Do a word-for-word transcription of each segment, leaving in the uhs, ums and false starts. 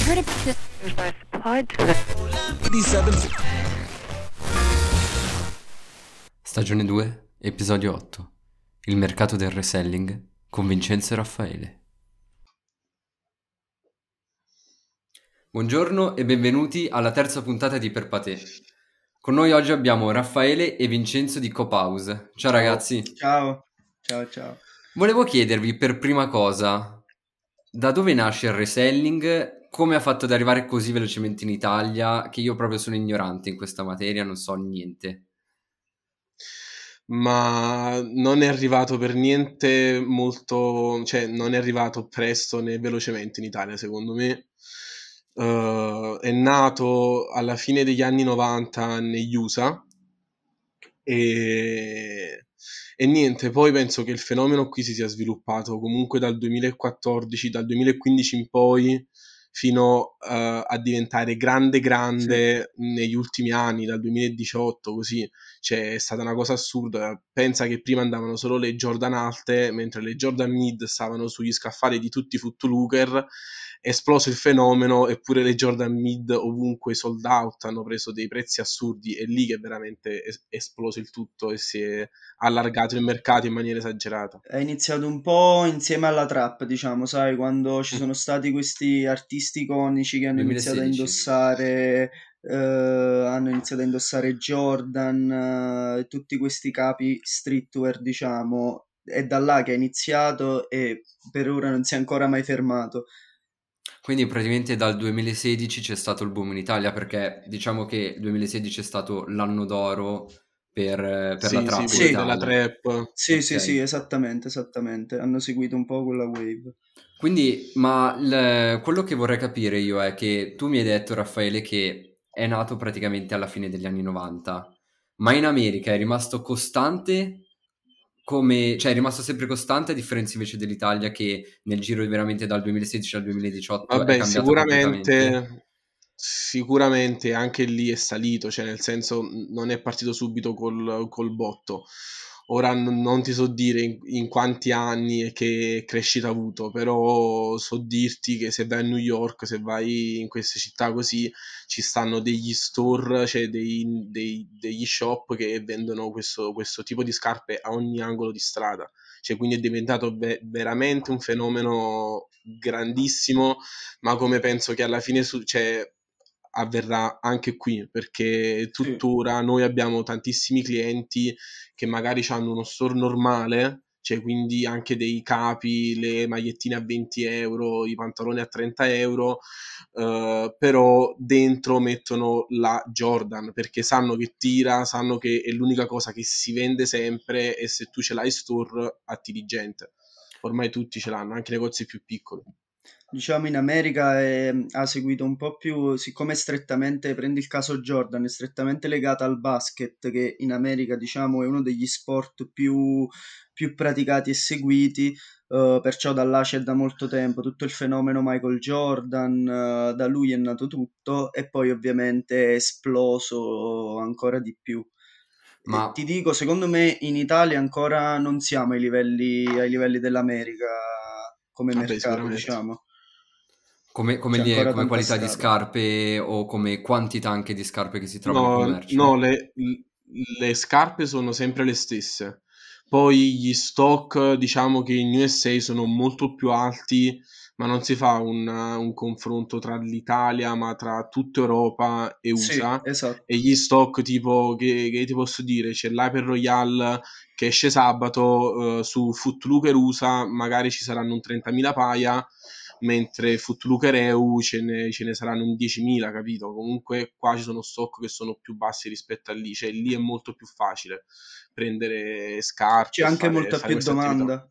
heard about this? I supplied to the eighty-seven. Stagione due, episodio otto. Il mercato del reselling con Vincenzo e Raffaele. Buongiorno e benvenuti alla terza puntata di Per Patè. Con noi oggi abbiamo Raffaele e Vincenzo di Cophouse. Ciao ragazzi. Ciao, ciao, ciao. Volevo chiedervi per prima cosa, da dove nasce il reselling? Come ha fatto ad arrivare così velocemente in Italia? Che io proprio sono ignorante in questa materia, non so niente. Ma non è arrivato per niente molto, cioè non è arrivato presto né velocemente in Italia, secondo me. Uh, è nato alla fine degli anni novanta negli U S A e, e niente, poi penso che il fenomeno qui si sia sviluppato comunque dal duemilaquattordici, dal duemilaquindici in poi, fino uh, a diventare grande grande sì. Negli ultimi anni, dal duemiladiciotto così, cioè è stata una cosa assurda. Pensa che prima andavano solo le Jordan alte, mentre le Jordan mid stavano sugli scaffali di tutti i Footlooker. È esploso il fenomeno, eppure le Jordan mid ovunque sold out, hanno preso dei prezzi assurdi, è lì che veramente è esploso il tutto e si è allargato il mercato in maniera esagerata. È iniziato un po' insieme alla trap, diciamo, sai, quando ci sono stati questi artisti iconici che hanno iniziato a indossare eh, hanno iniziato a indossare Jordan, eh, tutti questi capi streetwear, diciamo, è da là che è iniziato e per ora non si è ancora mai fermato. Quindi praticamente dal duemilasedici c'è stato il boom in Italia, perché diciamo che il duemilasedici è stato l'anno d'oro per, per sì, la trap. Sì, sì, della trap. Sì, okay. sì, sì, esattamente, esattamente. Hanno seguito un po' quella wave. Quindi, ma l- quello che vorrei capire io è che tu mi hai detto, Raffaele, che è nato praticamente alla fine degli anni novanta, ma in America è rimasto costante? Come, cioè è rimasto sempre costante, a differenza invece dell'Italia che nel giro di veramente dal duemilasedici al duemiladiciotto Vabbè, è cambiato sicuramente, completamente. sicuramente anche lì è salito, cioè nel senso non è partito subito col, col botto. Ora n- non ti so dire in, in quanti anni e che crescita ha avuto, però so dirti che se vai a New York, se vai in queste città così, ci stanno degli store, cioè dei, dei- degli shop che vendono questo, questo tipo di scarpe a ogni angolo di strada. Cioè, quindi è diventato ve- veramente un fenomeno grandissimo, ma come penso che alla fine su- cioè, avverrà anche qui, perché Sì. tuttora noi abbiamo tantissimi clienti che magari hanno uno store normale, cioè quindi anche dei capi, le magliettine a venti euro, i pantaloni a trenta euro, eh, però dentro mettono la Jordan perché sanno che tira, sanno che è l'unica cosa che si vende sempre e se tu ce l'hai in store attiri gente. Ormai tutti ce l'hanno, anche i negozi più piccoli. Diciamo in America è- ha seguito un po' più, siccome è strettamente, prendi il caso Jordan, è strettamente legata al basket, che in America diciamo è uno degli sport più, più praticati e seguiti, eh, perciò da là c'è da molto tempo tutto il fenomeno Michael Jordan, eh, da lui è nato tutto e poi ovviamente è esploso ancora di più. E Ma ti dico, secondo me in Italia ancora non siamo ai livelli, ai livelli dell'America come Vabbè, mercato, sicuramente. diciamo. come, come, C'è li- ancora come tanta qualità di strada. scarpe o come quantità anche di scarpe che si trova in No, no, commercio? le, le scarpe sono sempre le stesse. Poi gli stock, diciamo che in U S A sono molto più alti, ma non si fa un, un confronto tra l'Italia, ma tra tutta Europa e Sì, U S A. E esatto. gli stock, tipo, che, che ti posso dire? C'è l'Hyper Royale che esce sabato, eh, su Footlooker U S A, magari ci saranno un trentamila paia, mentre Footlooker E U ce ne, ce ne saranno un diecimila, capito? Comunque qua ci sono stock che sono più bassi rispetto a lì, cioè lì è molto più facile prendere C'è scarpe e anche fare, molta fare più queste attività. domanda.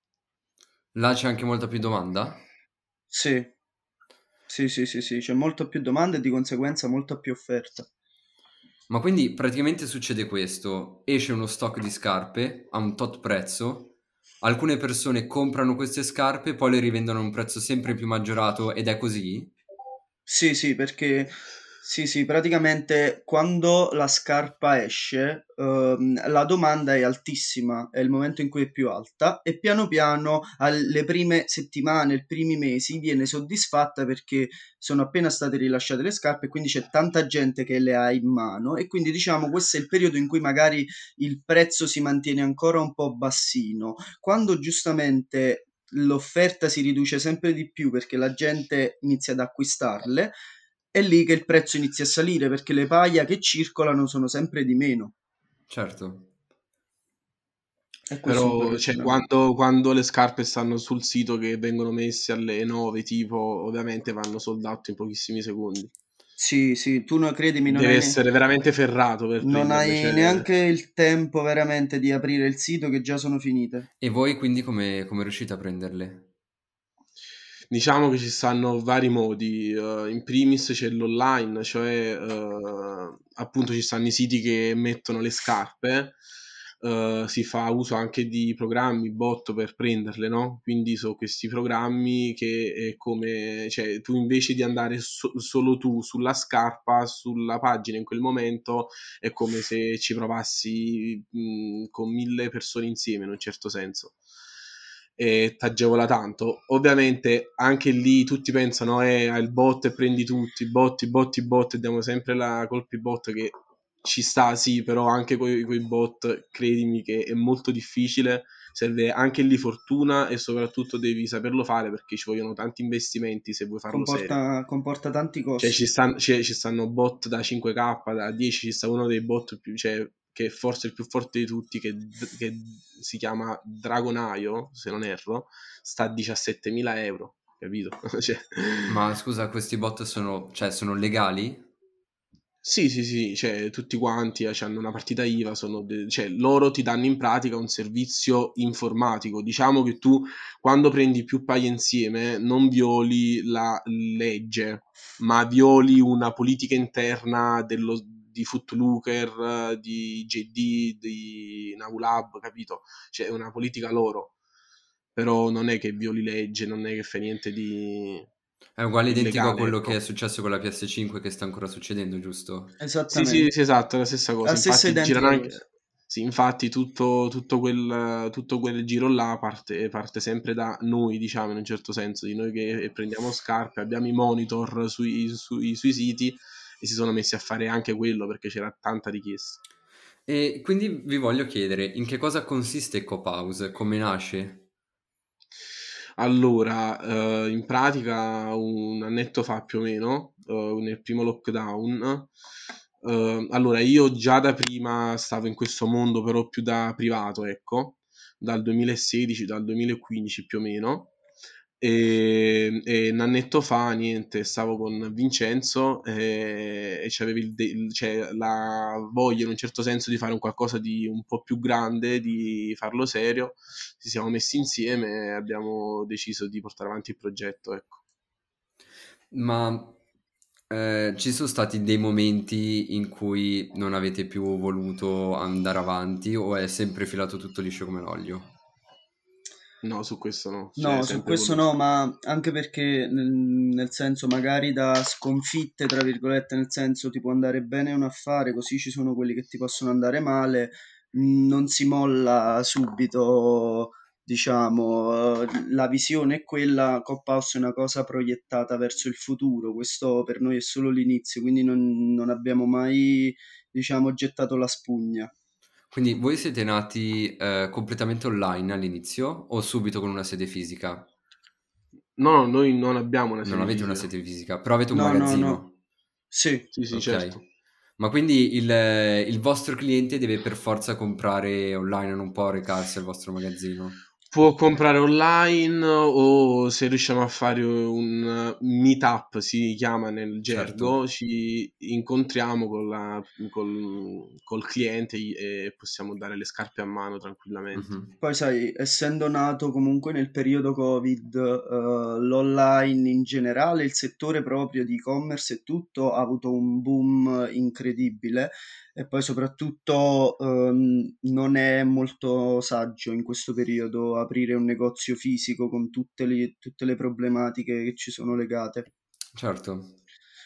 Là c'è anche molta più domanda? Sì, sì, sì, sì, sì, c'è molta più domanda e di conseguenza molta più offerta. Ma quindi praticamente succede questo: esce uno stock di scarpe a un tot prezzo, alcune persone comprano queste scarpe, poi le rivendono a un prezzo sempre più maggiorato ed è così? Sì, sì, perché Sì, sì, praticamente quando la scarpa esce, ehm, la domanda è altissima, è il momento in cui è più alta e piano piano alle prime settimane, i primi mesi viene soddisfatta perché sono appena state rilasciate le scarpe e quindi c'è tanta gente che le ha in mano e quindi diciamo questo è il periodo in cui magari il prezzo si mantiene ancora un po' bassino. Quando giustamente l'offerta si riduce sempre di più perché la gente inizia ad acquistarle, è lì che il prezzo inizia a salire perché le paia che circolano sono sempre di meno. Certo. È questo un po' il Però, cioè, ragionamento. quando, quando le scarpe stanno sul sito che vengono messe alle nove, tipo, ovviamente vanno sold out in pochissimi secondi. Sì, sì, tu no, credimi, non Deve hai, ne- essere veramente ferrato per non prenderle, hai cioè... neanche il tempo veramente di aprire il sito che già sono finite. E voi quindi come, come riuscite a prenderle? Diciamo che ci stanno vari modi, eh, in primis c'è l'online, cioè eh, appunto ci stanno i siti che mettono le scarpe, eh, si fa uso anche di programmi bot per prenderle, no? Quindi sono questi programmi che è come, cioè tu invece di andare so- solo tu sulla scarpa, sulla pagina in quel momento, è come se ci provassi mh, con mille persone insieme in un certo senso e ti agevola tanto. Ovviamente anche lì tutti pensano eh, al bot e prendi tutti, botti, botti, bot e diamo sempre la colpa ai bot che ci sta, sì, però anche con i bot, credimi che è molto difficile, serve anche lì fortuna e soprattutto devi saperlo fare perché ci vogliono tanti investimenti se vuoi farlo serio. Comporta, comporta tanti Cioè ci, costi. stan- ci- ci stanno bot da cinque K, da dieci, ci sta uno dei bot più, cioè, che è forse il più forte di tutti, che, che si chiama Dragonaio, se non erro, sta a diciassettemila euro, capito? Cioè, Ma scusa, questi bot sono, cioè, sono legali? sì, sì, sì, cioè, tutti quanti eh, hanno una partita I V A, sono de- cioè, loro ti danno in pratica un servizio informatico. Diciamo che tu quando prendi più paia insieme non violi la legge, ma violi una politica interna dello, di Footlooker, eh, di J D, di Navulab, capito? Cioè, è una politica loro. Però non è che violi legge, non è che fai niente di È uguale identico a illegale, quello che è ecco. successo con la P S cinque che sta ancora succedendo, giusto? Sì, sì, Esattamente. sì, esatto, è la stessa La cosa. stessa Infatti girano identica cosa. anche... Sì, infatti tutto, tutto quel, tutto quel giro là parte, parte sempre da noi, diciamo, in un certo senso, di noi che prendiamo scarpe, abbiamo i monitor sui, sui, sui siti e si sono messi a fare anche quello perché c'era tanta richiesta. E quindi vi voglio chiedere, in che cosa consiste Cophouse? Come nasce? Allora, eh, in pratica un annetto fa più o meno, eh, nel primo lockdown, eh, allora io già da prima stavo in questo mondo, però più da privato, ecco, dal duemilasedici, dal duemilaquindici più o meno, e, e un annetto fa, niente, stavo con Vincenzo e, e c'avevi il de- il- cioè, la voglia in un certo senso di fare un qualcosa di un po' più grande, di farlo serio. Ci siamo messi insieme e abbiamo deciso di portare avanti il progetto, ecco. Ma eh, ci sono stati dei momenti in cui non avete più voluto andare avanti o è sempre filato tutto liscio come l'olio? No, su questo no, cioè No, su sempre questo voluto. no, ma anche perché nel, nel senso magari da sconfitte, tra virgolette, nel senso ti può andare bene un affare, così ci sono quelli che ti possono andare male, mh, non si molla subito, diciamo, eh, la visione è quella, Cop House è una cosa proiettata verso il futuro, questo per noi è solo l'inizio, quindi non, non abbiamo mai, diciamo, gettato la spugna. Quindi voi siete nati eh, completamente online all'inizio o subito con una sede fisica? No, no, noi non abbiamo una Non sede avete una fisica. sede fisica, però avete un No, no, no, magazzino. sì. Sì, sì, Ok. certo. Ma quindi il, il vostro cliente deve per forza comprare online, non può recarsi al vostro magazzino. Può comprare online o se riusciamo a fare un meetup, si chiama nel Certo. gergo, ci incontriamo con la- col, col cliente e possiamo dare le scarpe a mano tranquillamente. Mhm. Poi sai, essendo nato comunque nel periodo Covid, eh, l'online in generale, il settore proprio di e-commerce e tutto ha avuto un boom incredibile e poi soprattutto ehm, non è molto saggio in questo periodo aprire un negozio fisico con tutte le, tutte le problematiche che ci sono legate. Certo.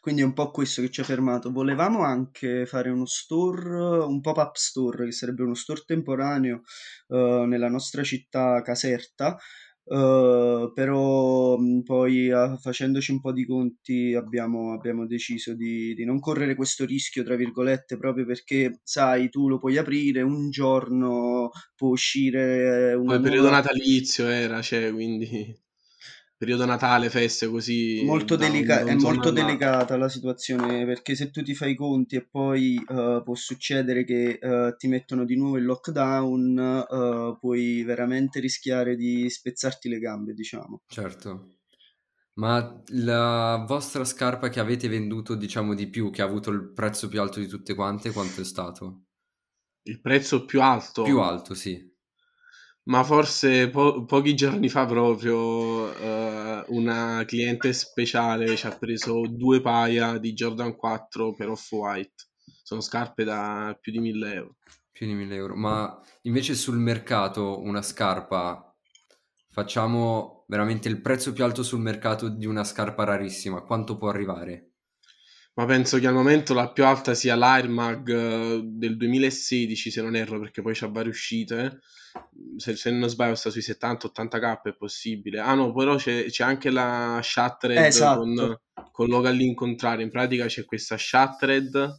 Quindi è un po' questo che ci ha fermato. Volevamo anche fare uno store, un pop-up store, che sarebbe uno store temporaneo eh, nella nostra città Caserta, eh, però mh, poi ah, facendoci un po' di conti abbiamo, abbiamo deciso di, di non correre questo rischio, tra virgolette, proprio perché, sai, tu lo puoi aprire, un giorno può uscire una Poi periodo nuova. natalizio era, cioè, quindi periodo Natale, feste così Molto da un, delica- da è un giorno molto all'altro. delicata la situazione perché se tu ti fai i conti e poi eh, può succedere che eh, ti mettono di nuovo il lockdown, eh, puoi veramente rischiare di spezzarti le gambe, diciamo. Certo. Ma la vostra scarpa che avete venduto, diciamo, di più, che ha avuto il prezzo più alto di tutte quante, quanto è stato? Il prezzo più Più alto, alto, sì. ma forse po- pochi giorni fa proprio eh, una cliente speciale ci ha preso due paia di Jordan quattro per Off-White. Sono scarpe da più di mille euro. Più di mille euro. Ma invece sul mercato una scarpa, facciamo veramente il prezzo più alto sul mercato di una scarpa rarissima, quanto può arrivare? Ma penso che al momento la più alta sia l'Air Mag eh, del duemilasedici, se non erro, perché poi c'ha varie uscite. Se, se non sbaglio sta sui settanta ottanta k, è possibile. Ah no, però c'è, c'è anche la Shattered Esatto. con, con Logan all'incontrario. In pratica c'è questa Shattered,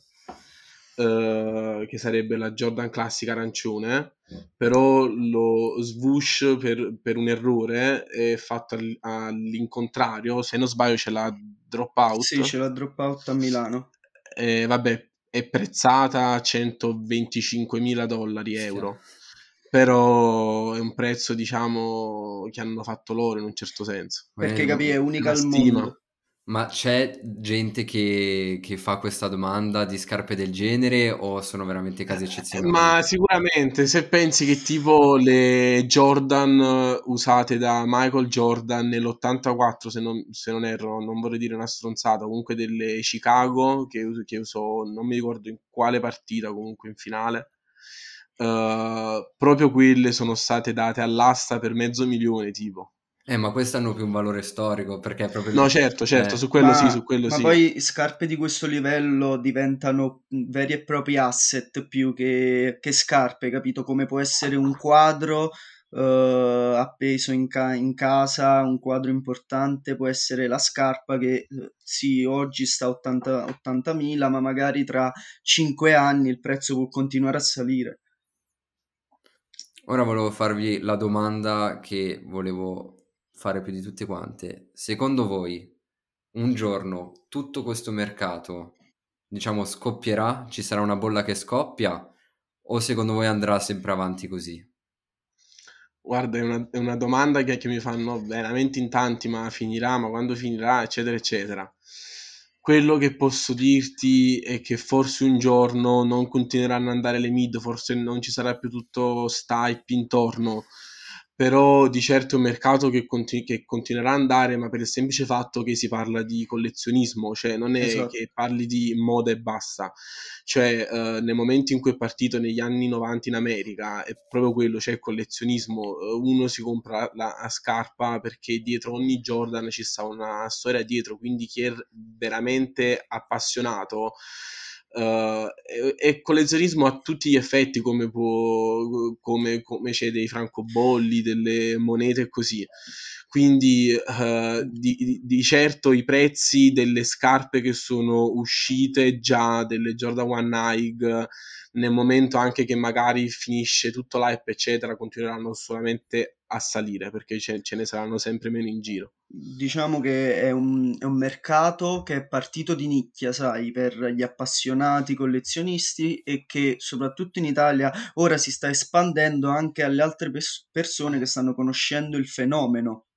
eh, che sarebbe la Jordan classica arancione, però lo swoosh per, per un errore è fatto al- all'incontrario. Se non sbaglio c'è la Sì, Dropout. c'è la dropout a Milano. Eh, vabbè, è prezzata a centoventicinquemila dollari Schia. euro, però è un prezzo, diciamo, che hanno fatto loro in un certo senso. Eh, Perché capì, è m- È unica una al stima. mondo. ma c'è gente che, che fa questa domanda di scarpe del genere o sono veramente casi Eh, eccezionali? Ma sicuramente se pensi che tipo le Jordan eh, usate da Michael Jordan nell'ottantaquattro, se non, se non erro, non vorrei dire una stronzata, comunque delle Chicago che, us- che usò, non mi ricordo in quale partita, comunque in finale, eh, proprio quelle sono state date all'asta per mezzo milione, tipo. Eh, ma queste hanno più un valore storico perché è proprio No, il... certo, certo, su eh, quello sì, su Ma, quello ma sì. poi scarpe di questo livello diventano mh, veri e propri asset più che, che scarpe, capito? Come può essere un quadro eh, appeso in, ca- in casa, un quadro importante, può essere la scarpa che eh, sì, oggi sta a ottanta ottantamila, ma magari tra cinque anni il prezzo può continuare a salire. ora volevo farvi la domanda che volevo fare più di tutte quante. Secondo voi, un giorno tutto questo mercato, diciamo, scoppierà? Ci sarà una bolla che scoppia? O secondo voi andrà sempre avanti così? Guarda, è una, è una domanda che, che mi fanno veramente in tanti, ma finirà, ma quando finirà, eccetera, eccetera. Quello che posso dirti è che forse un giorno non continueranno ad andare le mid, forse non ci sarà più tutto sta hype intorno, però di certo è un mercato che, conti- che continuerà ad andare, ma per il semplice fatto che si parla di collezionismo, cioè non è Esatto. che parli di moda e basta. Cioè, eh, nel momento in cui è partito negli anni novanta in America, è proprio quello, cioè il collezionismo. Eh, Uno si compra la, la scarpa perché dietro ogni Jordan ci sta una storia dietro, quindi chi è veramente appassionato. Uh, è, è collezionismo a tutti gli effetti, come, può, come, come c'è dei francobolli, delle monete e così. Quindi uh, di, di certo i prezzi delle scarpe che sono uscite già, delle Jordan One Nike, nel momento anche che magari finisce tutto l'hype eccetera, continueranno solamente a salire perché ce, ce ne saranno sempre meno in giro. Diciamo che è un, è un mercato che è partito di nicchia, sai, per gli appassionati collezionisti e che soprattutto in Italia ora si sta espandendo anche alle altre pers- persone che stanno conoscendo il fenomeno.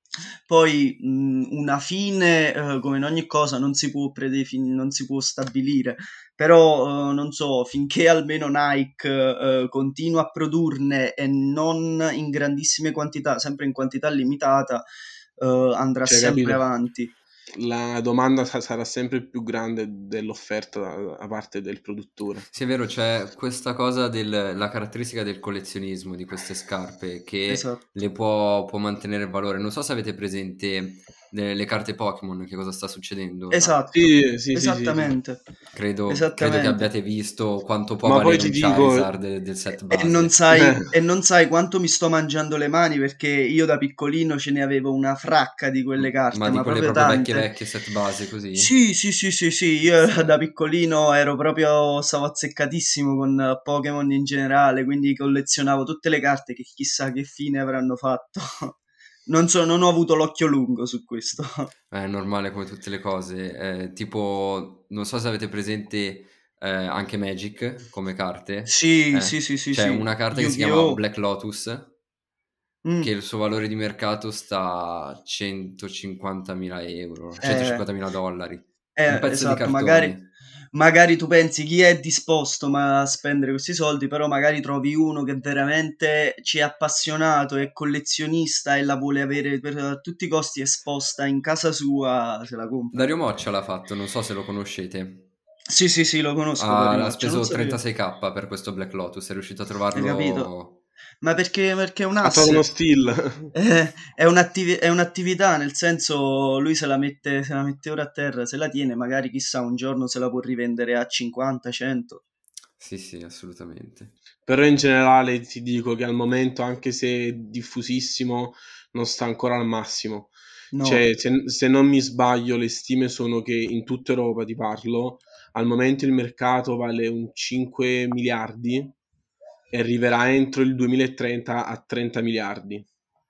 Poi mh, una fine, eh, come in ogni cosa, non si può predefin- non si può stabilire, però eh, non so, finché almeno Nike eh, continua a produrne e non in grandissime quantità, sempre in quantità limitata, eh, andrà Cioè, sempre capito? avanti. La domanda sa- sarà sempre più grande dell'offerta da, da parte del produttore. Sì, è vero, c'è questa cosa della caratteristica del collezionismo di queste scarpe che Esatto. le può, può mantenere il valore. Non so se avete presente delle carte Pokémon, che cosa sta succedendo ora. Esatto, Sì, sì, sì, sì, sì. esattamente. Credo, credo che Esattamente. abbiate visto quanto può Ma poi valere ti un dico, Charizard del, del set E non base. sai, eh, e non sai quanto mi sto mangiando le mani perché io da piccolino ce ne avevo una fracca di quelle M- Ma carte, di ma quelle proprio proprio vecchie tante. vecchie set base così? Sì, sì, sì, sì, sì, io da Pazzesco. piccolino ero proprio, stavo azzeccatissimo con eh, Pokémon in generale, quindi collezionavo tutte le carte che chissà che fine avranno fatto. Non so, non ho avuto l'occhio lungo su questo. È normale come tutte le cose. Eh, tipo, non so se avete presente eh, anche Magic come carte. Sì, Eh, sì, sì, sì, c'è sì. una carta che si chiama Yu-Gi-Oh! Black Lotus, che Mm. il suo valore di mercato sta a centocinquantamila euro, Eh, centocinquantamila dollari. Un Eh, pezzo di esatto, magari, cartone. magari tu pensi chi è disposto ma a spendere questi soldi, però magari trovi uno che veramente ci è appassionato, è collezionista e la vuole avere per tutti i costi esposta in casa sua, se la compra. Dario Moccia l'ha fatto, non so se lo conoscete. Sì, sì, sì, lo conosco Dario Ha, ha Moccia, non speso sapevo. trentasei k per questo Black Lotus, è riuscito a Hai capito? trovarlo. Ma perché, perché è un ha trovato uno asset. steal. Eh, è un'attivi- è un'attività, nel senso lui se la mette, se la mette ora a terra, se la tiene, magari chissà un giorno se la può rivendere a cinquanta, cento. Sì, sì, assolutamente. Però in generale ti dico che al momento, anche se è diffusissimo, non sta ancora al massimo. No. Cioè, se, se non mi sbaglio, le stime sono che in tutta Europa, ti parlo, al momento il mercato vale un cinque miliardi e arriverà entro il duemilatrenta a trenta miliardi.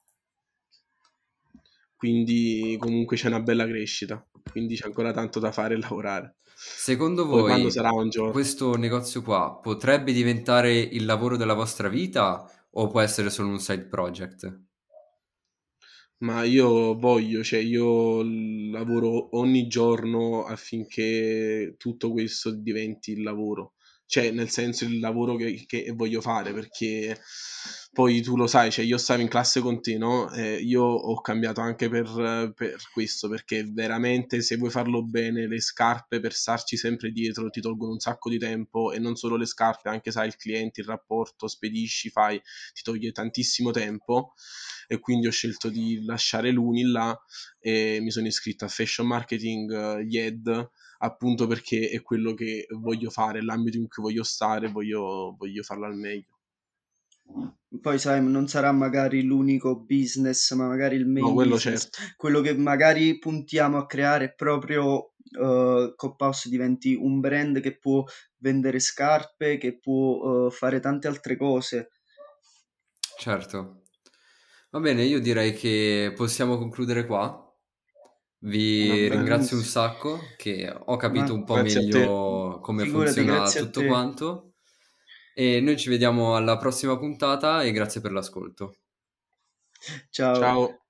Quindi comunque c'è una bella crescita. Quindi c'è ancora tanto da fare e lavorare. Secondo Poi quando voi sarà un giorno. questo negozio qua potrebbe diventare il lavoro della vostra vita o può essere solo un side project? Ma io voglio, cioè io l- lavoro ogni giorno affinché tutto questo diventi il lavoro, cioè nel senso il lavoro che, che voglio fare, perché poi tu lo sai, cioè io stavo in classe con te, no? Eh, io ho cambiato anche per, per questo, perché veramente se vuoi farlo bene, le scarpe per starci sempre dietro ti tolgono un sacco di tempo e non solo le scarpe, anche sai il cliente, il rapporto, spedisci, fai, ti toglie tantissimo tempo e quindi ho scelto di lasciare l'Uni là e mi sono iscritto a Fashion Marketing uh, I E D appunto perché è quello che voglio fare, l'ambito in cui voglio stare, voglio, voglio farlo al meglio. Poi sai, non sarà magari l'unico business, ma magari il No, main quello business. certo. Quello che magari puntiamo a creare è proprio uh, Cophouse diventi un brand che può vendere scarpe, che può uh, fare tante altre cose. Certo. Va bene, io direi che possiamo concludere qua. Va Vi bene. ringrazio un Benissimo. sacco, che ho capito Ma un po' Grazie a te. meglio come figurati, funziona grazie a tutto te. quanto. E noi ci vediamo alla prossima puntata e grazie per l'ascolto. Ciao. Ciao.